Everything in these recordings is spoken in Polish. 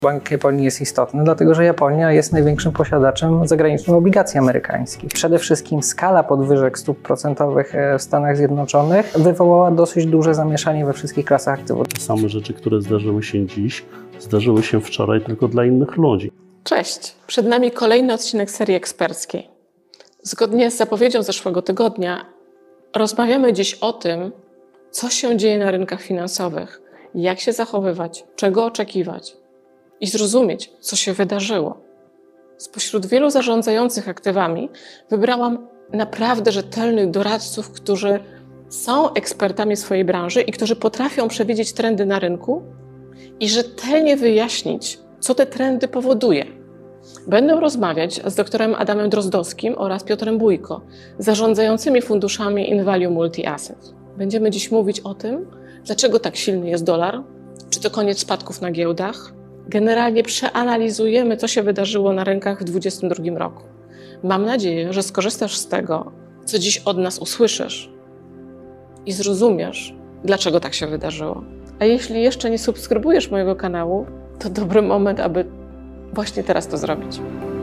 Bank Japonii jest istotny, dlatego że Japonia jest największym posiadaczem zagranicznych obligacji amerykańskich. Przede wszystkim skala podwyżek stóp procentowych w Stanach Zjednoczonych wywołała dosyć duże zamieszanie we wszystkich klasach aktywów. Same rzeczy, które zdarzyły się dziś, zdarzyły się wczoraj tylko dla innych ludzi. Cześć! Przed nami kolejny odcinek serii eksperckiej. Zgodnie z zapowiedzią zeszłego tygodnia rozmawiamy dziś o tym, co się dzieje na rynkach finansowych, jak się zachowywać, czego oczekiwać i zrozumieć, co się wydarzyło. Spośród wielu zarządzających aktywami wybrałam naprawdę rzetelnych doradców, którzy są ekspertami swojej branży i którzy potrafią przewidzieć trendy na rynku i rzetelnie wyjaśnić, co te trendy powoduje. Będę rozmawiać z doktorem Adamem Drozdowskim oraz Piotrem Bójko, zarządzającymi funduszami InValue Multi-Asset. Będziemy dziś mówić o tym, dlaczego tak silny jest dolar, czy to koniec spadków na giełdach. Generalnie przeanalizujemy, co się wydarzyło na rynkach w 2022 roku. Mam nadzieję, że skorzystasz z tego, co dziś od nas usłyszysz i zrozumiesz, dlaczego tak się wydarzyło. A jeśli jeszcze nie subskrybujesz mojego kanału, to dobry moment, aby właśnie teraz to zrobić.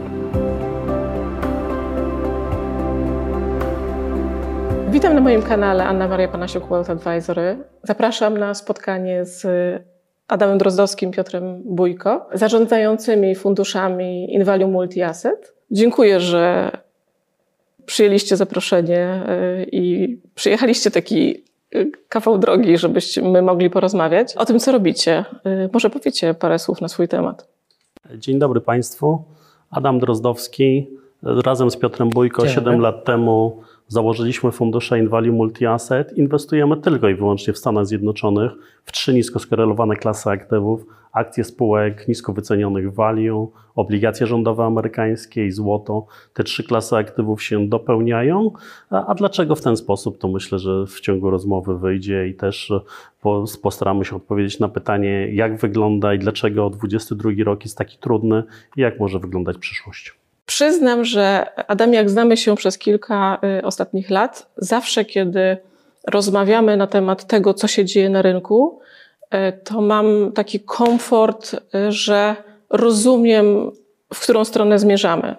Witam na moim kanale Anna Maria Panasiuk Wealth Advisory. Zapraszam na spotkanie z Adamem Drozdowskim, Piotrem Bójko, zarządzającymi funduszami InValue Multi-Asset. Dziękuję, że przyjęliście zaproszenie i przyjechaliście taki kawał drogi, żebyśmy mogli porozmawiać o tym, co robicie. Może powiecie parę słów na swój temat. Dzień dobry Państwu. Adam Drozdowski. Razem z Piotrem Bójko 7 lat temu założyliśmy fundusze InValue Multi-Asset. Inwestujemy tylko i wyłącznie w Stanach Zjednoczonych w 3 nisko skorelowane klasy aktywów: akcje spółek nisko wycenionych value, obligacje rządowe amerykańskie i złoto. Te 3 klasy aktywów się dopełniają. A dlaczego w ten sposób? To myślę, że w ciągu rozmowy wyjdzie i też postaramy się odpowiedzieć na pytanie, jak wygląda i dlaczego 2022 rok jest taki trudny i jak może wyglądać przyszłość. Przyznam, że Adam, jak znamy się przez kilka ostatnich lat, zawsze kiedy rozmawiamy na temat tego, co się dzieje na rynku, to mam taki komfort, że rozumiem, w którą stronę zmierzamy.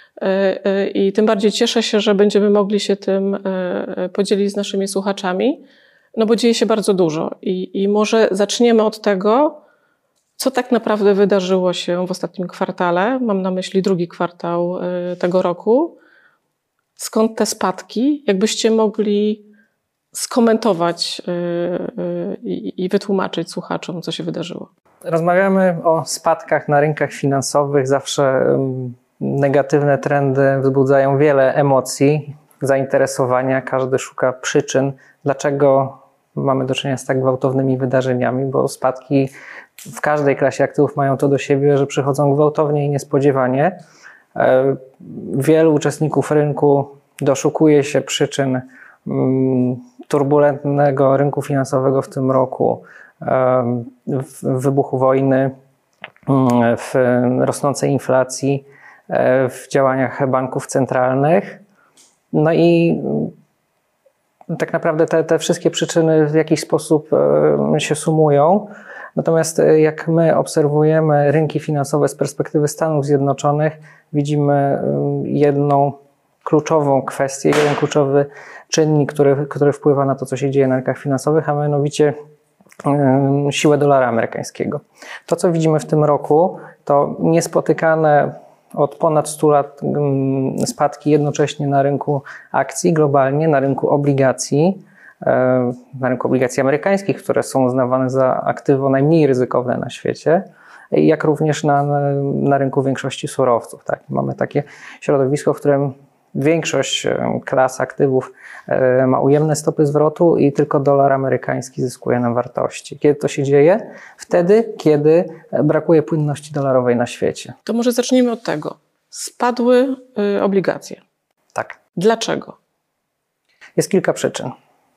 I tym bardziej cieszę się, że będziemy mogli się tym podzielić z naszymi słuchaczami, no bo dzieje się bardzo dużo. I może zaczniemy od tego, co tak naprawdę wydarzyło się w ostatnim kwartale. Mam na myśli drugi kwartał tego roku. Skąd te spadki? Jakbyście mogli skomentować i wytłumaczyć słuchaczom, co się wydarzyło? Rozmawiamy o spadkach na rynkach finansowych. Zawsze negatywne trendy wzbudzają wiele emocji, zainteresowania. Każdy szuka przyczyn, dlaczego mamy do czynienia z tak gwałtownymi wydarzeniami, bo spadki w każdej klasie aktywów mają to do siebie, że przychodzą gwałtownie i niespodziewanie. Wielu uczestników rynku doszukuje się przyczyn turbulentnego rynku finansowego w tym roku, w wybuchu wojny, w rosnącej inflacji, w działaniach banków centralnych. No i tak naprawdę te wszystkie przyczyny w jakiś sposób się sumują. Natomiast jak my obserwujemy rynki finansowe z perspektywy Stanów Zjednoczonych, widzimy jedną kluczową kwestię, jeden kluczowy czynnik, który wpływa na to, co się dzieje na rynkach finansowych, a mianowicie siłę dolara amerykańskiego. To, co widzimy w tym roku, to niespotykane od ponad 100 lat spadki jednocześnie na rynku akcji globalnie, na rynku obligacji amerykańskich, które są uznawane za aktywo najmniej ryzykowne na świecie, jak również na rynku większości surowców. Tak? Mamy takie środowisko, w którym większość klas aktywów ma ujemne stopy zwrotu i tylko dolar amerykański zyskuje na wartości. Kiedy to się dzieje? Wtedy, kiedy brakuje płynności dolarowej na świecie. To może zacznijmy od tego. Spadły obligacje. Tak. Dlaczego? Jest kilka przyczyn.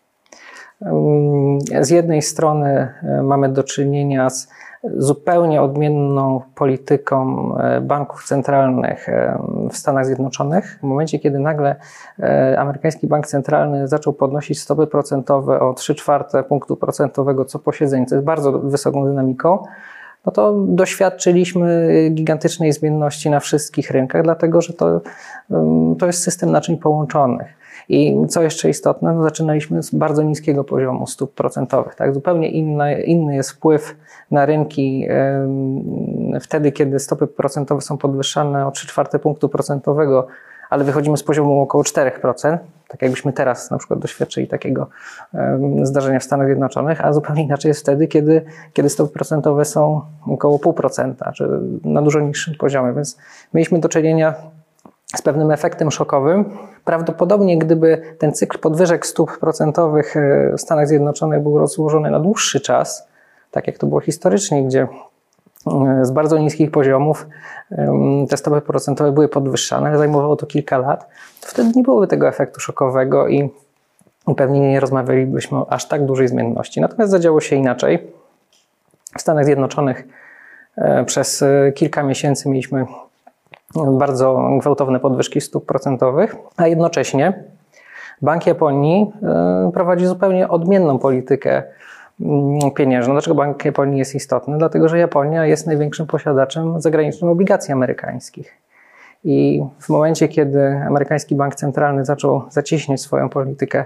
Z jednej strony mamy do czynienia z zupełnie odmienną polityką banków centralnych w Stanach Zjednoczonych. W momencie, kiedy nagle amerykański bank centralny zaczął podnosić stopy procentowe o 3/4 punktu procentowego co posiedzenie, co jest bardzo wysoką dynamiką, no to doświadczyliśmy gigantycznej zmienności na wszystkich rynkach, dlatego że to jest system naczyń połączonych. I co jeszcze istotne, no zaczynaliśmy z bardzo niskiego poziomu stóp procentowych. Tak? Zupełnie inny jest wpływ na rynki wtedy, kiedy stopy procentowe są podwyższane o 3/4 punktu procentowego, ale wychodzimy z poziomu około 4%, tak jakbyśmy teraz na przykład doświadczyli takiego zdarzenia w Stanach Zjednoczonych, a zupełnie inaczej jest wtedy, kiedy stopy procentowe są około 0,5%, czy na dużo niższym poziomie. Więc mieliśmy do czynienia z pewnym efektem szokowym. Prawdopodobnie gdyby ten cykl podwyżek stóp procentowych w Stanach Zjednoczonych był rozłożony na dłuższy czas, tak jak to było historycznie, gdzie z bardzo niskich poziomów te stopy procentowe były podwyższane, ale zajmowało to kilka lat, to wtedy nie byłoby tego efektu szokowego i pewnie nie rozmawialibyśmy o aż tak dużej zmienności. Natomiast zadziało się inaczej. W Stanach Zjednoczonych przez kilka miesięcy mieliśmy bardzo gwałtowne podwyżki stóp procentowych, a jednocześnie Bank Japonii prowadzi zupełnie odmienną politykę pieniężną. Dlaczego Bank Japonii jest istotny? Dlatego, że Japonia jest największym posiadaczem zagranicznych obligacji amerykańskich. I w momencie, kiedy amerykański bank centralny zaczął zacieśniać swoją politykę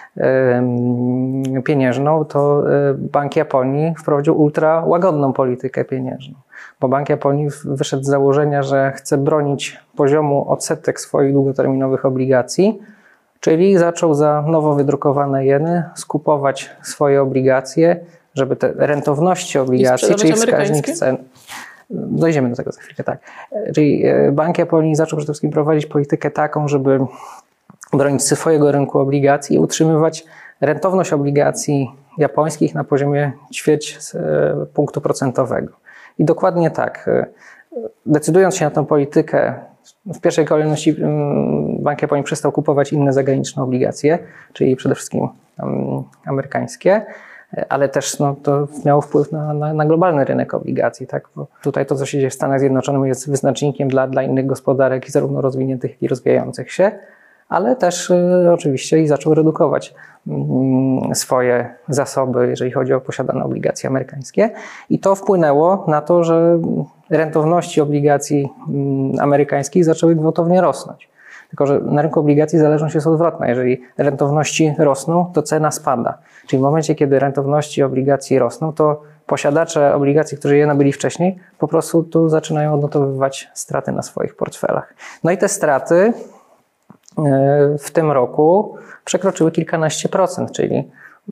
pieniężną, to Bank Japonii wprowadził ultra łagodną politykę pieniężną. Bo Bank Japonii wyszedł z założenia, że chce bronić poziomu odsetek swoich długoterminowych obligacji, czyli zaczął za nowo wydrukowane jeny skupować swoje obligacje, żeby te rentowności obligacji, czyli wskaźnik cen. Dojdziemy do tego za chwilkę, tak. Czyli Bank Japonii zaczął przede wszystkim prowadzić politykę taką, żeby bronić swojego rynku obligacji i utrzymywać rentowność obligacji japońskich na poziomie ćwierć punktu procentowego. I dokładnie tak. Decydując się na tę politykę, w pierwszej kolejności Bank Japonii przestał kupować inne zagraniczne obligacje, czyli przede wszystkim amerykańskie, ale też to miało wpływ na globalny rynek obligacji. Tak? Bo tutaj to, co się dzieje w Stanach Zjednoczonych, jest wyznacznikiem dla innych gospodarek, zarówno rozwiniętych, jak i rozwijających się, ale też oczywiście i zaczął redukować swoje zasoby, jeżeli chodzi o posiadane obligacje amerykańskie. I to wpłynęło na to, że rentowności obligacji amerykańskich zaczęły gwałtownie rosnąć. Tylko że na rynku obligacji zależność jest odwrotna. Jeżeli rentowności rosną, to cena spada. Czyli w momencie, kiedy rentowności obligacji rosną, to posiadacze obligacji, którzy je nabyli wcześniej, po prostu tu zaczynają odnotowywać straty na swoich portfelach. No i te straty w tym roku przekroczyły kilkanaście procent, czyli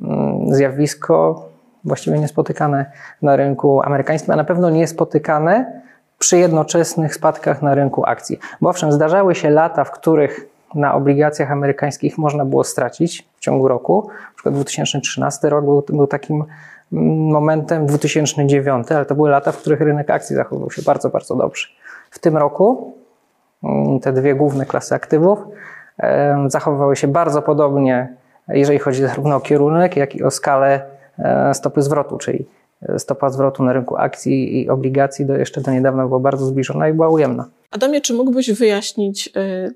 zjawisko właściwie niespotykane na rynku amerykańskim, a na pewno niespotykane przy jednoczesnych spadkach na rynku akcji. Bo owszem, zdarzały się lata, w których na obligacjach amerykańskich można było stracić w ciągu roku. Na przykład 2013 rok był takim momentem, 2009, ale to były lata, w których rynek akcji zachowywał się bardzo, bardzo dobrze. W tym roku te dwie główne klasy aktywów zachowywały się bardzo podobnie, jeżeli chodzi zarówno o kierunek, jak i o skalę stopy zwrotu, czyli stopa zwrotu na rynku akcji i obligacji jeszcze do niedawna była bardzo zbliżona i była ujemna. Adamie, czy mógłbyś wyjaśnić,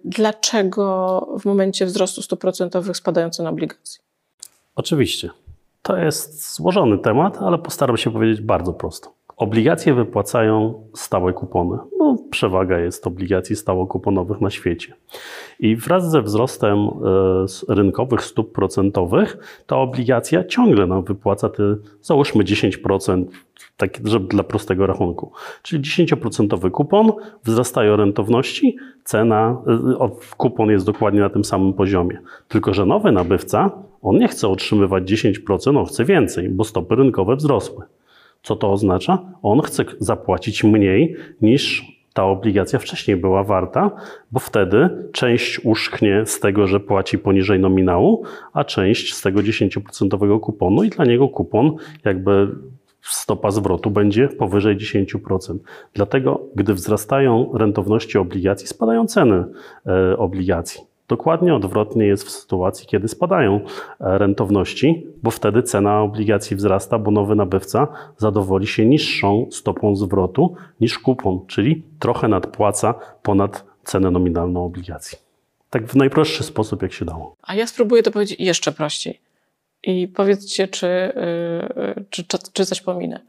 dlaczego w momencie wzrostu stóp procentowych spadają ceny obligacji? Oczywiście. To jest złożony temat, ale postaram się powiedzieć bardzo prosto. Obligacje wypłacają stałe kupony, bo przewaga jest obligacji stałokuponowych na świecie. I wraz ze wzrostem rynkowych stóp procentowych ta obligacja ciągle nam wypłaca te, załóżmy 10%, tak, żeby dla prostego rachunku. Czyli 10% kupon, wzrastają rentowności, cena, kupon jest dokładnie na tym samym poziomie. Tylko że nowy nabywca, on nie chce otrzymywać 10%, on chce więcej, bo stopy rynkowe wzrosły. Co to oznacza? On chce zapłacić mniej niż ta obligacja wcześniej była warta, bo wtedy część uszchnie z tego, że płaci poniżej nominału, a część z tego 10% kuponu i dla niego kupon jakby stopa zwrotu będzie powyżej 10%. Dlatego, gdy wzrastają rentowności obligacji, spadają ceny obligacji. Dokładnie odwrotnie jest w sytuacji, kiedy spadają rentowności, bo wtedy cena obligacji wzrasta, bo nowy nabywca zadowoli się niższą stopą zwrotu niż kupon, czyli trochę nadpłaca ponad cenę nominalną obligacji. Tak w najprostszy sposób, jak się dało. A ja spróbuję to powiedzieć jeszcze prościej. I powiedzcie, czy coś pominę.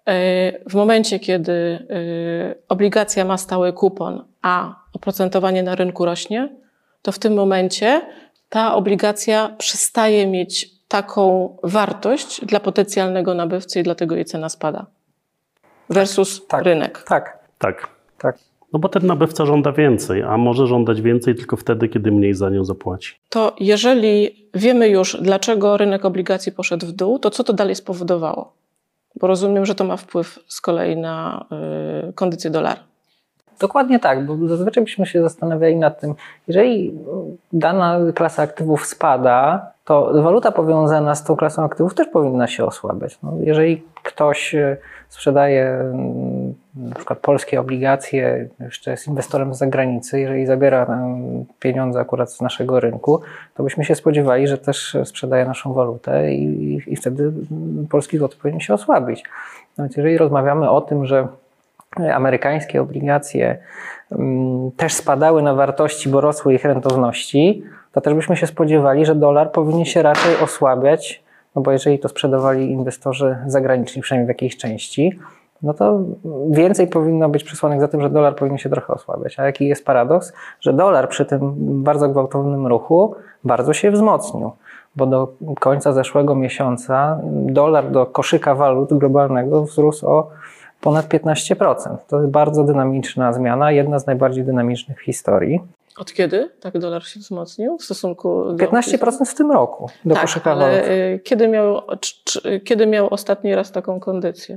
W momencie, kiedy obligacja ma stały kupon, a oprocentowanie na rynku rośnie, to w tym momencie ta obligacja przestaje mieć taką wartość dla potencjalnego nabywcy i dlatego jej cena spada. Versus rynek. Tak. Tak. No bo ten nabywca żąda więcej, a może żądać więcej tylko wtedy, kiedy mniej za nią zapłaci. To jeżeli wiemy już, dlaczego rynek obligacji poszedł w dół, to co to dalej spowodowało? Bo rozumiem, że to ma wpływ z kolei na kondycję dolara. Dokładnie tak, bo zazwyczaj byśmy się zastanawiali nad tym, jeżeli dana klasa aktywów spada, to waluta powiązana z tą klasą aktywów też powinna się osłabiać. No, jeżeli ktoś sprzedaje na przykład polskie obligacje, jeszcze jest inwestorem z zagranicy, jeżeli zabiera pieniądze akurat z naszego rynku, to byśmy się spodziewali, że też sprzedaje naszą walutę i wtedy polski złoty powinien się osłabić. No więc jeżeli rozmawiamy o tym, że amerykańskie obligacje też spadały na wartości, bo rosły ich rentowności, to też byśmy się spodziewali, że dolar powinien się raczej osłabiać, no bo jeżeli to sprzedawali inwestorzy zagraniczni, przynajmniej w jakiejś części, no to więcej powinno być przesłanek za tym, że dolar powinien się trochę osłabiać. A jaki jest paradoks? Że dolar przy tym bardzo gwałtownym ruchu bardzo się wzmocnił, bo do końca zeszłego miesiąca dolar do koszyka walut globalnego wzrósł o ponad 15%. To jest bardzo dynamiczna zmiana, jedna z najbardziej dynamicznych w historii. Od kiedy tak dolar się wzmocnił w stosunku do... 15% w tym roku do koszyka walut. Kiedy miał ostatni raz taką kondycję?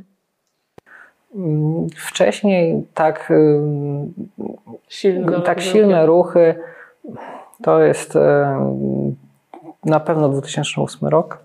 Wcześniej tak Silny silne ruchy to jest na pewno 2008 rok,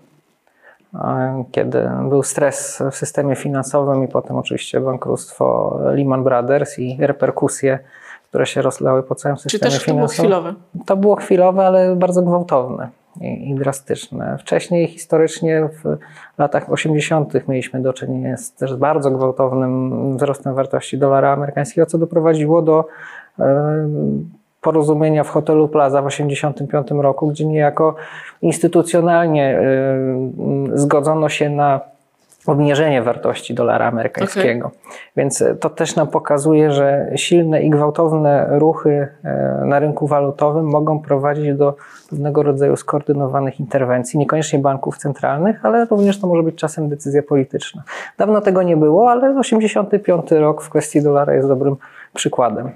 kiedy był stres w systemie finansowym i potem oczywiście bankructwo Lehman Brothers i reperkusje, które się rozlały po całym systemie finansowym. Czy też to było chwilowe? To było chwilowe, ale bardzo gwałtowne i drastyczne. Wcześniej historycznie w latach 80. mieliśmy do czynienia z też bardzo gwałtownym wzrostem wartości dolara amerykańskiego, co doprowadziło do porozumienia w hotelu Plaza w 1985 roku, gdzie niejako instytucjonalnie zgodzono się na obniżenie wartości dolara amerykańskiego. Więc to też nam pokazuje, że silne i gwałtowne ruchy na rynku walutowym mogą prowadzić do pewnego rodzaju skoordynowanych interwencji, niekoniecznie banków centralnych, ale również to może być czasem decyzja polityczna. Dawno tego nie było, ale 1985 rok w kwestii dolara jest dobrym przykładem.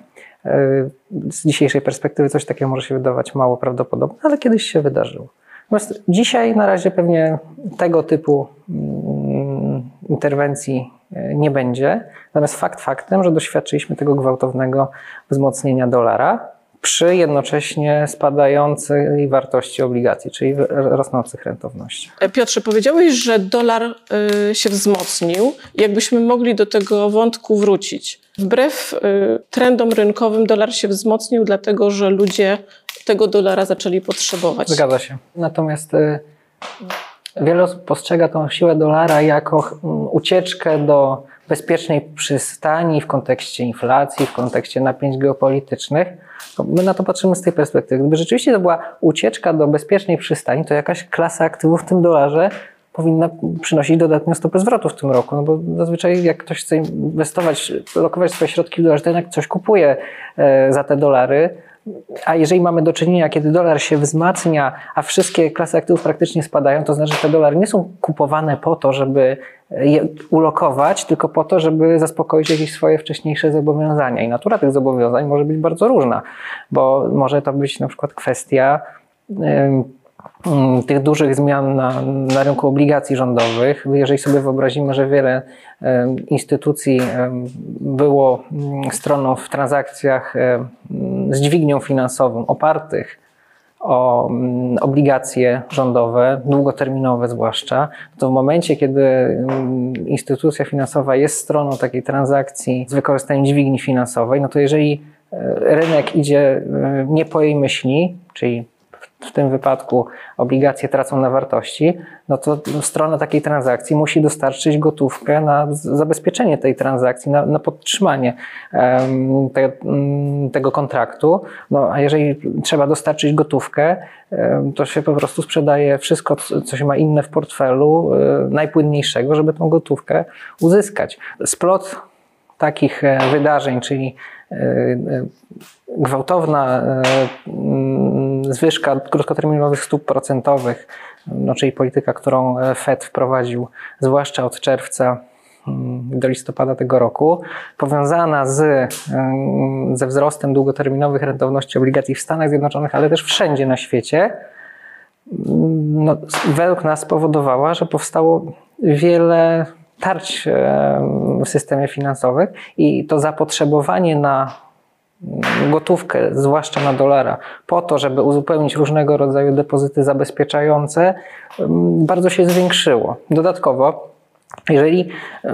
Z dzisiejszej perspektywy coś takiego może się wydawać mało prawdopodobne, ale kiedyś się wydarzyło. Natomiast dzisiaj na razie pewnie tego typu interwencji nie będzie. Natomiast fakt faktem, że doświadczyliśmy tego gwałtownego wzmocnienia dolara przy jednocześnie spadającej wartości obligacji, czyli rosnących rentownościach. Piotrze, powiedziałeś, że dolar się wzmocnił. Jakbyśmy mogli do tego wątku wrócić. Wbrew trendom rynkowym dolar się wzmocnił, dlatego że ludzie tego dolara zaczęli potrzebować. Zgadza się. Natomiast wiele osób postrzega tą siłę dolara jako ucieczkę do bezpiecznej przystani w kontekście inflacji, w kontekście napięć geopolitycznych. My na to patrzymy z tej perspektywy. Gdyby rzeczywiście to była ucieczka do bezpiecznej przystani, to jakaś klasa aktywów w tym dolarze powinna przynosić dodatnią stopę zwrotu w tym roku. No bo zazwyczaj jak ktoś chce inwestować, lokować swoje środki w dolarze, to jednak coś kupuje za te dolary. A jeżeli mamy do czynienia, kiedy dolar się wzmacnia, a wszystkie klasy aktywów praktycznie spadają, to znaczy, że te dolary nie są kupowane po to, żeby je ulokować, tylko po to, żeby zaspokoić jakieś swoje wcześniejsze zobowiązania. I natura tych zobowiązań może być bardzo różna, bo może to być na przykład kwestia tych dużych zmian na rynku obligacji rządowych. Jeżeli sobie wyobrazimy, że wiele instytucji było stroną w transakcjach z dźwignią finansową opartych o obligacje rządowe, długoterminowe zwłaszcza, to w momencie, kiedy instytucja finansowa jest stroną takiej transakcji z wykorzystaniem dźwigni finansowej, no to jeżeli rynek idzie nie po jej myśli, czyli w tym wypadku obligacje tracą na wartości, no to strona takiej transakcji musi dostarczyć gotówkę na zabezpieczenie tej transakcji, na podtrzymanie tego kontraktu. No, a jeżeli trzeba dostarczyć gotówkę, to się po prostu sprzedaje wszystko, co się ma inne w portfelu, najpłynniejszego, żeby tą gotówkę uzyskać. Splot takich wydarzeń, czyli gwałtowna zwyżka krótkoterminowych stóp procentowych, no, czyli polityka, którą Fed wprowadził zwłaszcza od czerwca do listopada tego roku, powiązana ze wzrostem długoterminowych rentowności obligacji w Stanach Zjednoczonych, ale też wszędzie na świecie, no, według nas spowodowała, że powstało wiele tarć w systemie finansowym i to zapotrzebowanie na gotówkę, zwłaszcza na dolara, po to, żeby uzupełnić różnego rodzaju depozyty zabezpieczające, bardzo się zwiększyło. Dodatkowo, jeżeli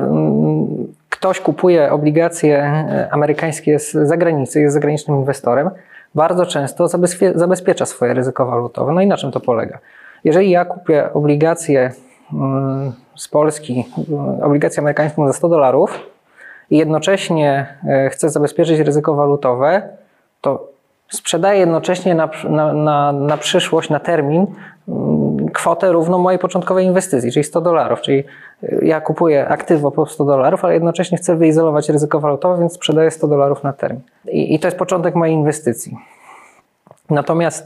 ktoś kupuje obligacje amerykańskie z zagranicy, jest zagranicznym inwestorem, bardzo często zabezpiecza swoje ryzyko walutowe. No i na czym to polega? Jeżeli ja kupię obligacje z Polski, obligację amerykańską za $100 i jednocześnie chcę zabezpieczyć ryzyko walutowe, to sprzedaję jednocześnie na przyszłość, na termin kwotę równą mojej początkowej inwestycji, czyli $100. Czyli ja kupuję aktywo po $100, ale jednocześnie chcę wyizolować ryzyko walutowe, więc sprzedaję $100 na termin. I to jest początek mojej inwestycji. Natomiast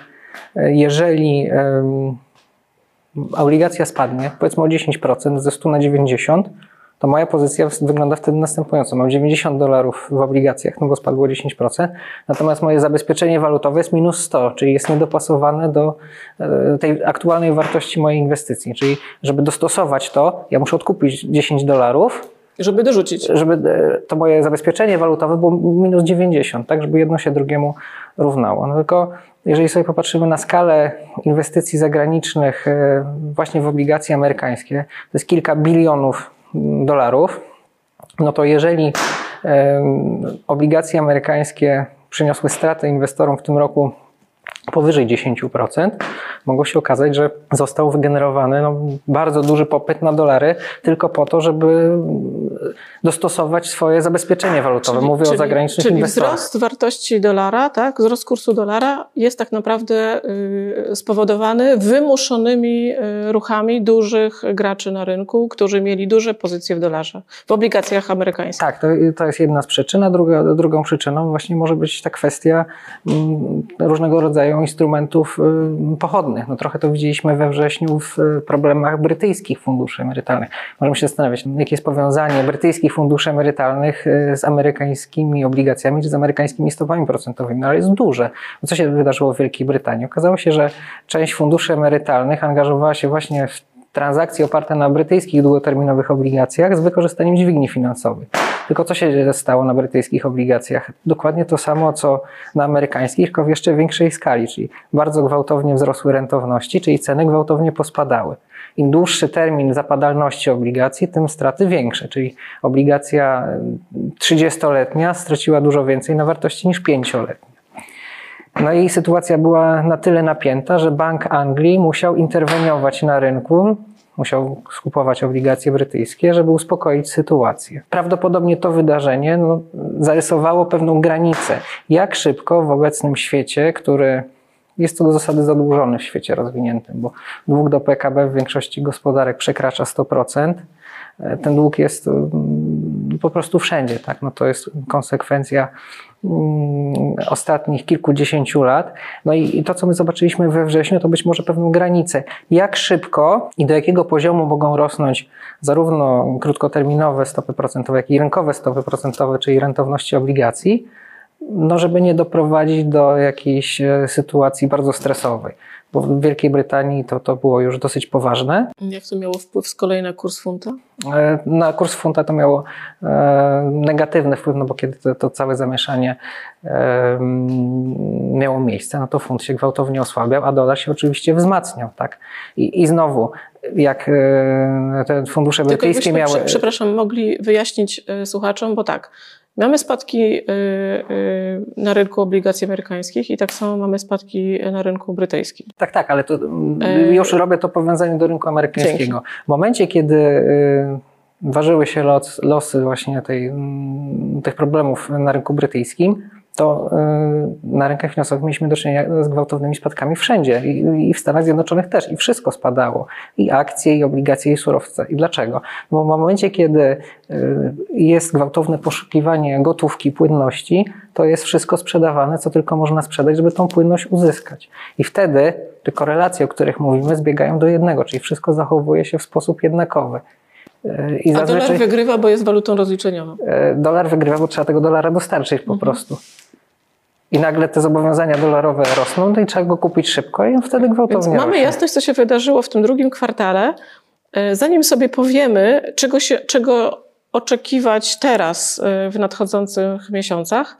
jeżeli obligacja spadnie, powiedzmy o 10%, ze 100 na 90, to moja pozycja wygląda wtedy następująco. Mam $90 w obligacjach, no bo spadło 10%, natomiast moje zabezpieczenie walutowe jest minus 100, czyli jest niedopasowane do tej aktualnej wartości mojej inwestycji. Czyli żeby dostosować to, ja muszę odkupić $10, żeby dorzucić. Żeby to moje zabezpieczenie walutowe było minus 90, tak, żeby jedno się drugiemu równało. No tylko jeżeli sobie popatrzymy na skalę inwestycji zagranicznych właśnie w obligacje amerykańskie, to jest kilka bilionów dolarów, no to jeżeli obligacje amerykańskie przyniosły stratę inwestorom w tym roku powyżej 10%, mogło się okazać, że został wygenerowany bardzo duży popyt na dolary tylko po to, żeby dostosować swoje zabezpieczenie walutowe. Mówię o zagranicznych inwestorach. Czyli wzrost wartości dolara, tak, wzrost kursu dolara jest tak naprawdę spowodowany wymuszonymi ruchami dużych graczy na rynku, którzy mieli duże pozycje w dolarze, w obligacjach amerykańskich. Tak, to jest jedna z przyczyn, a drugą przyczyną właśnie może być ta kwestia różnego rodzaju instrumentów pochodnych. No trochę to widzieliśmy we wrześniu w problemach brytyjskich funduszy emerytalnych. Możemy się zastanawiać, jakie jest powiązanie brytyjskich funduszy emerytalnych z amerykańskimi obligacjami czy z amerykańskimi stopami procentowymi, no ale jest duże. No co się wydarzyło w Wielkiej Brytanii? Okazało się, że część funduszy emerytalnych angażowała się właśnie w transakcje oparte na brytyjskich długoterminowych obligacjach z wykorzystaniem dźwigni finansowych. Tylko co się stało na brytyjskich obligacjach? Dokładnie to samo, co na amerykańskich, tylko w jeszcze większej skali, czyli bardzo gwałtownie wzrosły rentowności, czyli ceny gwałtownie pospadały. Im dłuższy termin zapadalności obligacji, tym straty większe, czyli obligacja 30-letnia straciła dużo więcej na wartości niż 5-letnia. No i sytuacja była na tyle napięta, że Bank Anglii musiał interweniować na rynku, musiał skupować obligacje brytyjskie, żeby uspokoić sytuację. Prawdopodobnie to wydarzenie zarysowało pewną granicę, jak szybko w obecnym świecie, który jest co do zasady zadłużony w świecie rozwiniętym, bo dług do PKB w większości gospodarek przekracza 100%. Ten dług jest po prostu wszędzie, tak? No to jest konsekwencja ostatnich kilkudziesięciu lat. No i to, co my zobaczyliśmy we wrześniu, to być może pewną granicę. Jak szybko i do jakiego poziomu mogą rosnąć zarówno krótkoterminowe stopy procentowe, jak i rynkowe stopy procentowe, czyli rentowności obligacji, no żeby nie doprowadzić do jakiejś sytuacji bardzo stresowej. Bo w Wielkiej Brytanii to było już dosyć poważne. Jak to miało wpływ z kolei na kurs funta? Na kurs funta to miało negatywny wpływ, no bo kiedy to całe zamieszanie miało miejsce, no to funt się gwałtownie osłabiał, a dolar się oczywiście wzmacniał, tak? I znowu, jak te fundusze brytyjskie miały... Przepraszam, mogli wyjaśnić słuchaczom, bo tak, Mamy spadki na rynku obligacji amerykańskich i tak samo mamy spadki na rynku brytyjskim. Tak, ale to już robię to powiązanie do rynku amerykańskiego. Dzięki. W momencie, kiedy ważyły się losy właśnie tych problemów na rynku brytyjskim, to na rynkach finansowych mieliśmy do czynienia z gwałtownymi spadkami wszędzie i w Stanach Zjednoczonych też i wszystko spadało. I akcje, i obligacje, i surowce. I dlaczego? Bo w momencie, kiedy jest gwałtowne poszukiwanie gotówki, płynności, to jest wszystko sprzedawane, co tylko można sprzedać, żeby tą płynność uzyskać. I wtedy te korelacje, o których mówimy, zbiegają do jednego, czyli wszystko zachowuje się w sposób jednakowy. A dolar wygrywa, bo jest walutą rozliczeniową. Dolar wygrywa, bo trzeba tego dolara dostarczyć po prostu. I nagle te zobowiązania dolarowe rosną, no i trzeba go kupić szybko i wtedy gwałtownie Więc mamy jasność, co się wydarzyło w tym drugim kwartale. Zanim sobie powiemy, czego oczekiwać teraz w nadchodzących miesiącach,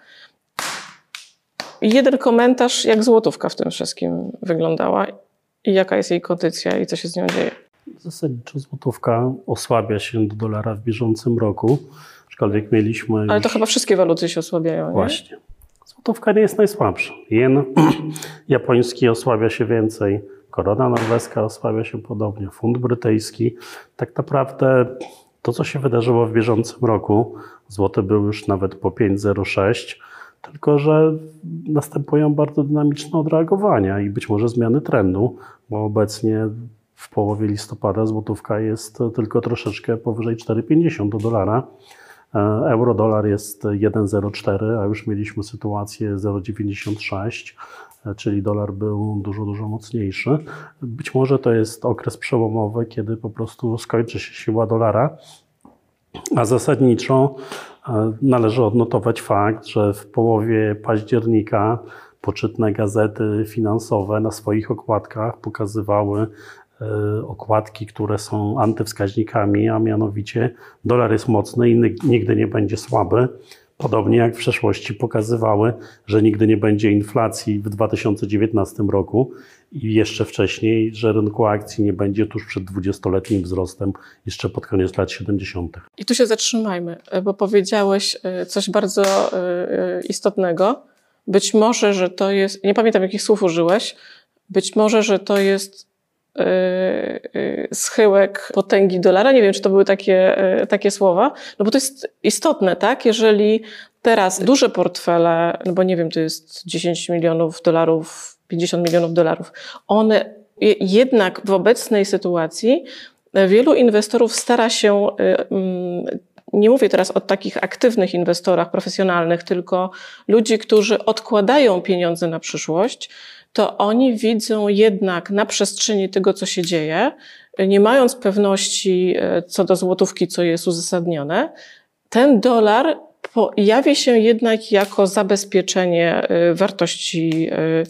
jeden komentarz, jak złotówka w tym wszystkim wyglądała i jaka jest jej kondycja i co się z nią dzieje. Zasadniczo złotówka osłabia się do dolara w bieżącym roku, aczkolwiek mieliśmy... Ale to chyba wszystkie waluty się osłabiają, nie? Właśnie. Złotówka nie jest najsłabsza. Jen japoński osłabia się więcej, korona norweska osłabia się podobnie, funt brytyjski. Tak naprawdę to, co się wydarzyło w bieżącym roku, złoty był już nawet po 5,06, tylko że następują bardzo dynamiczne odreagowania i być może zmiany trendu, bo obecnie w połowie listopada złotówka jest tylko troszeczkę powyżej 4,50 do dolara. Euro-dolar jest 1,04, a już mieliśmy sytuację 0,96, czyli dolar był dużo, dużo mocniejszy. Być może to jest okres przełomowy, kiedy po prostu skończy się siła dolara, a zasadniczo należy odnotować fakt, że w połowie października poczytne gazety finansowe na swoich okładkach pokazywały okładki, które są antywskaźnikami, a mianowicie dolar jest mocny i nigdy nie będzie słaby. Podobnie jak w przeszłości pokazywały, że nigdy nie będzie inflacji w 2019 roku i jeszcze wcześniej, że rynku akcji nie będzie tuż przed 20-letnim wzrostem jeszcze pod koniec lat 70. I tu się zatrzymajmy, bo powiedziałeś coś bardzo istotnego. Być może, że to jest, nie pamiętam jakich słów użyłeś, być może, że to jest schyłek potęgi dolara. Nie wiem, czy to były takie słowa, no bo to jest istotne, tak? Jeżeli teraz duże portfele, no bo nie wiem, to jest 10 milionów dolarów, 50 milionów dolarów, one jednak w obecnej sytuacji wielu inwestorów stara się, nie mówię teraz o takich aktywnych inwestorach profesjonalnych, tylko ludzi, którzy odkładają pieniądze na przyszłość, to oni widzą jednak na przestrzeni tego, co się dzieje, nie mając pewności co do złotówki, co jest uzasadnione, ten dolar pojawia się jednak jako zabezpieczenie wartości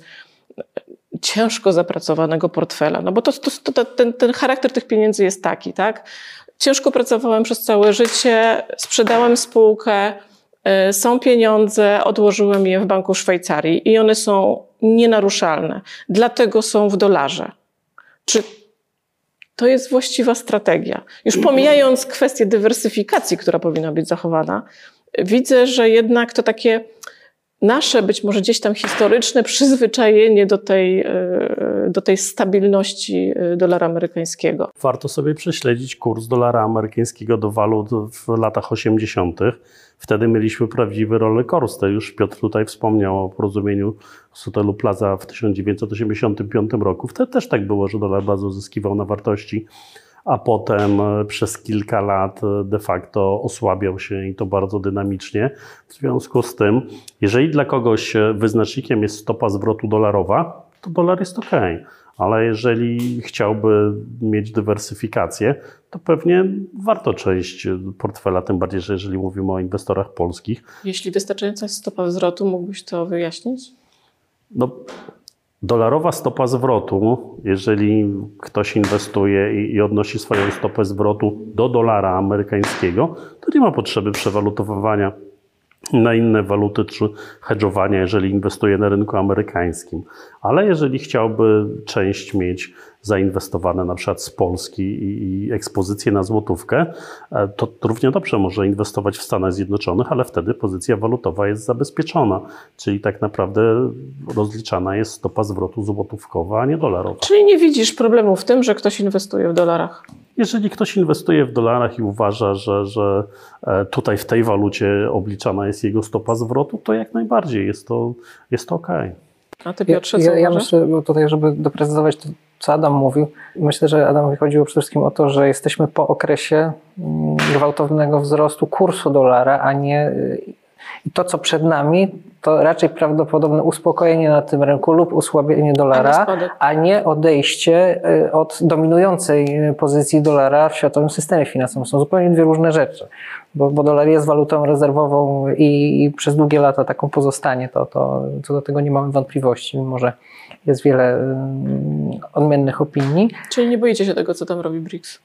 ciężko zapracowanego portfela. No bo ten charakter tych pieniędzy jest taki, tak? Ciężko pracowałem przez całe życie, sprzedałem spółkę, są pieniądze, odłożyłem je w banku Szwajcarii i one są nienaruszalne. Dlatego są w dolarze. Czy to jest właściwa strategia? Już pomijając kwestię dywersyfikacji, która powinna być zachowana, widzę, że jednak to takie nasze, być może gdzieś tam historyczne przyzwyczajenie do tej stabilności dolara amerykańskiego. Warto sobie prześledzić kurs dolara amerykańskiego do walut w latach 80. Wtedy mieliśmy prawdziwy rollercoaster. Już Piotr tutaj wspomniał o porozumieniu z hotelu Plaza w 1985 roku. Wtedy też tak było, że dolar bardzo zyskiwał na wartości, a potem przez kilka lat de facto osłabiał się i to bardzo dynamicznie. W związku z tym, jeżeli dla kogoś wyznacznikiem jest stopa zwrotu dolarowa, to dolar jest ok. Ale jeżeli chciałby mieć dywersyfikację, to pewnie warto część portfela, tym bardziej, że jeżeli mówimy o inwestorach polskich. Jeśli wystarczająca jest stopa zwrotu, mógłbyś to wyjaśnić? No, dolarowa stopa zwrotu, jeżeli ktoś inwestuje i odnosi swoją stopę zwrotu do dolara amerykańskiego, to nie ma potrzeby przewalutowywania na inne waluty czy hedżowania, jeżeli inwestuje na rynku amerykańskim. Ale jeżeli chciałby część mieć zainwestowane na przykład z Polski i ekspozycję na złotówkę, to równie dobrze może inwestować w Stanach Zjednoczonych, ale wtedy pozycja walutowa jest zabezpieczona. Czyli tak naprawdę rozliczana jest stopa zwrotu złotówkowa, a nie dolarowa. Czyli nie widzisz problemu w tym, że ktoś inwestuje w dolarach? Okej. Ktoś inwestuje w dolarach i uważa, że tutaj w tej walucie obliczana jest jego stopa zwrotu, to jak najbardziej jest to okej. A ty, Piotrze, co ja uważasz? myślę, bo tutaj, żeby doprecyzować to, co Adam mówił, myślę, że Adamowi chodziło przede wszystkim o to, że jesteśmy po okresie gwałtownego wzrostu kursu dolara, a nie i to, co przed nami, to raczej prawdopodobne uspokojenie na tym rynku lub osłabienie dolara, a nie odejście od dominującej pozycji dolara w światowym systemie finansowym. Są zupełnie dwie różne rzeczy, bo dolar jest walutą rezerwową i przez długie lata taką pozostanie. To co do tego nie mamy wątpliwości, mimo że jest wiele odmiennych opinii. Czyli nie boicie się tego, co tam robi BRICS?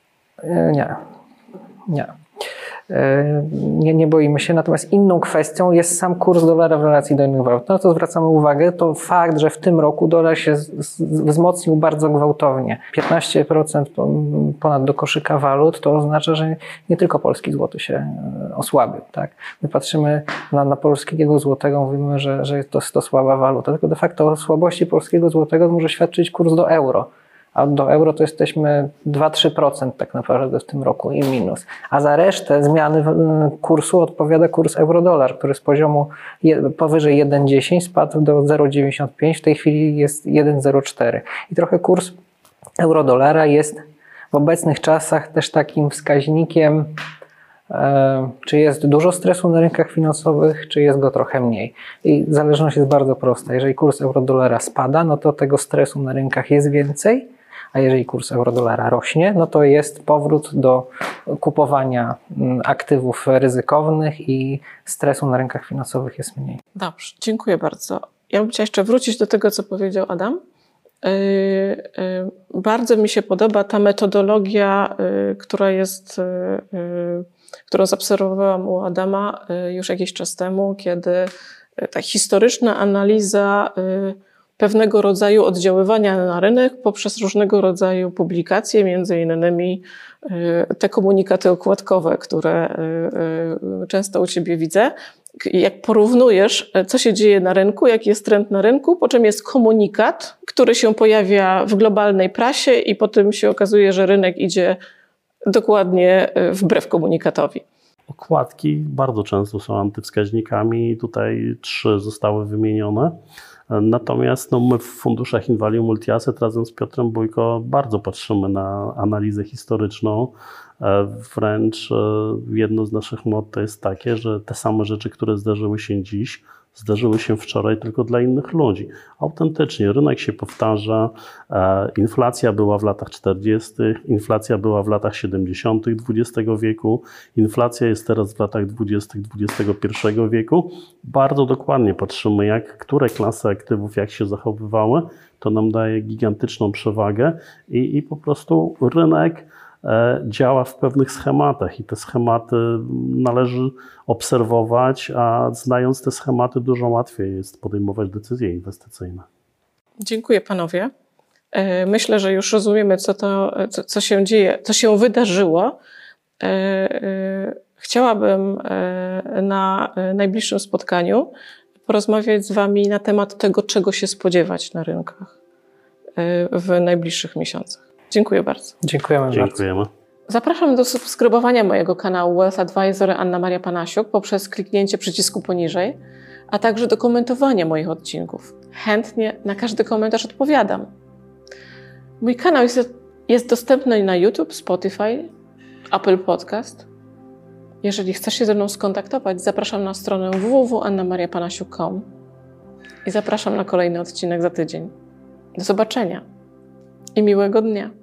Nie boimy się, natomiast inną kwestią jest sam kurs dolara w relacji do innych walut. Na to zwracamy uwagę, to fakt, że w tym roku dolar się wzmocnił bardzo gwałtownie. 15% ponad do koszyka walut, to oznacza, że nie tylko polski złoty się osłabił. Tak? My patrzymy na polskiego złotego, mówimy, że to słaba waluta, tylko de facto o słabości polskiego złotego może świadczyć kurs do euro. A do euro to jesteśmy 2-3% tak naprawdę w tym roku i minus. A za resztę zmiany kursu odpowiada kurs euro-dolar, który z poziomu powyżej 1,10 spadł do 0,95, w tej chwili jest 1,04. I trochę kurs euro-dolara jest w obecnych czasach też takim wskaźnikiem, czy jest dużo stresu na rynkach finansowych, czy jest go trochę mniej. I zależność jest bardzo prosta. Jeżeli kurs euro-dolara spada, no to tego stresu na rynkach jest więcej, a jeżeli kurs euro-dolara rośnie, no to jest powrót do kupowania aktywów ryzykownych i stresu na rynkach finansowych jest mniej. Dobrze, dziękuję bardzo. Ja bym chciała jeszcze wrócić do tego, co powiedział Adam. Bardzo mi się podoba ta metodologia, którą zaobserwowałam u Adama już jakiś czas temu, kiedy ta historyczna analiza pewnego rodzaju oddziaływania na rynek poprzez różnego rodzaju publikacje, między innymi te komunikaty okładkowe, które często u Ciebie widzę. Jak porównujesz, co się dzieje na rynku, jaki jest trend na rynku, po czym jest komunikat, który się pojawia w globalnej prasie i potem się okazuje, że rynek idzie dokładnie wbrew komunikatowi. Okładki bardzo często są antywskaźnikami i tutaj 3 zostały wymienione. Natomiast my w funduszach InValue Multi-Asset razem z Piotrem Bójko bardzo patrzymy na analizę historyczną. Wręcz jedno z naszych motto jest takie, że te same rzeczy, które zdarzyły się dziś, zdarzyły się wczoraj tylko dla innych ludzi. Autentycznie rynek się powtarza, inflacja była w latach 40., inflacja była w latach 70. XX wieku, inflacja jest teraz w latach 20. XXI wieku. Bardzo dokładnie patrzymy, które klasy aktywów jak się zachowywały, to nam daje gigantyczną przewagę i po prostu rynek działa w pewnych schematach i te schematy należy obserwować, a znając te schematy dużo łatwiej jest podejmować decyzje inwestycyjne. Dziękuję panowie. Myślę, że już rozumiemy, co się dzieje, co się wydarzyło. Chciałabym na najbliższym spotkaniu porozmawiać z wami na temat tego, czego się spodziewać na rynkach w najbliższych miesiącach. Dziękuję bardzo. Dziękujemy bardzo. Zapraszam do subskrybowania mojego kanału Wealth Advisor Anna Maria Panasiuk poprzez kliknięcie przycisku poniżej, a także do komentowania moich odcinków. Chętnie na każdy komentarz odpowiadam. Mój kanał jest dostępny na YouTube, Spotify, Apple Podcast. Jeżeli chcesz się ze mną skontaktować, zapraszam na stronę www.annamariapanasiuk.com i zapraszam na kolejny odcinek za tydzień. Do zobaczenia i miłego dnia.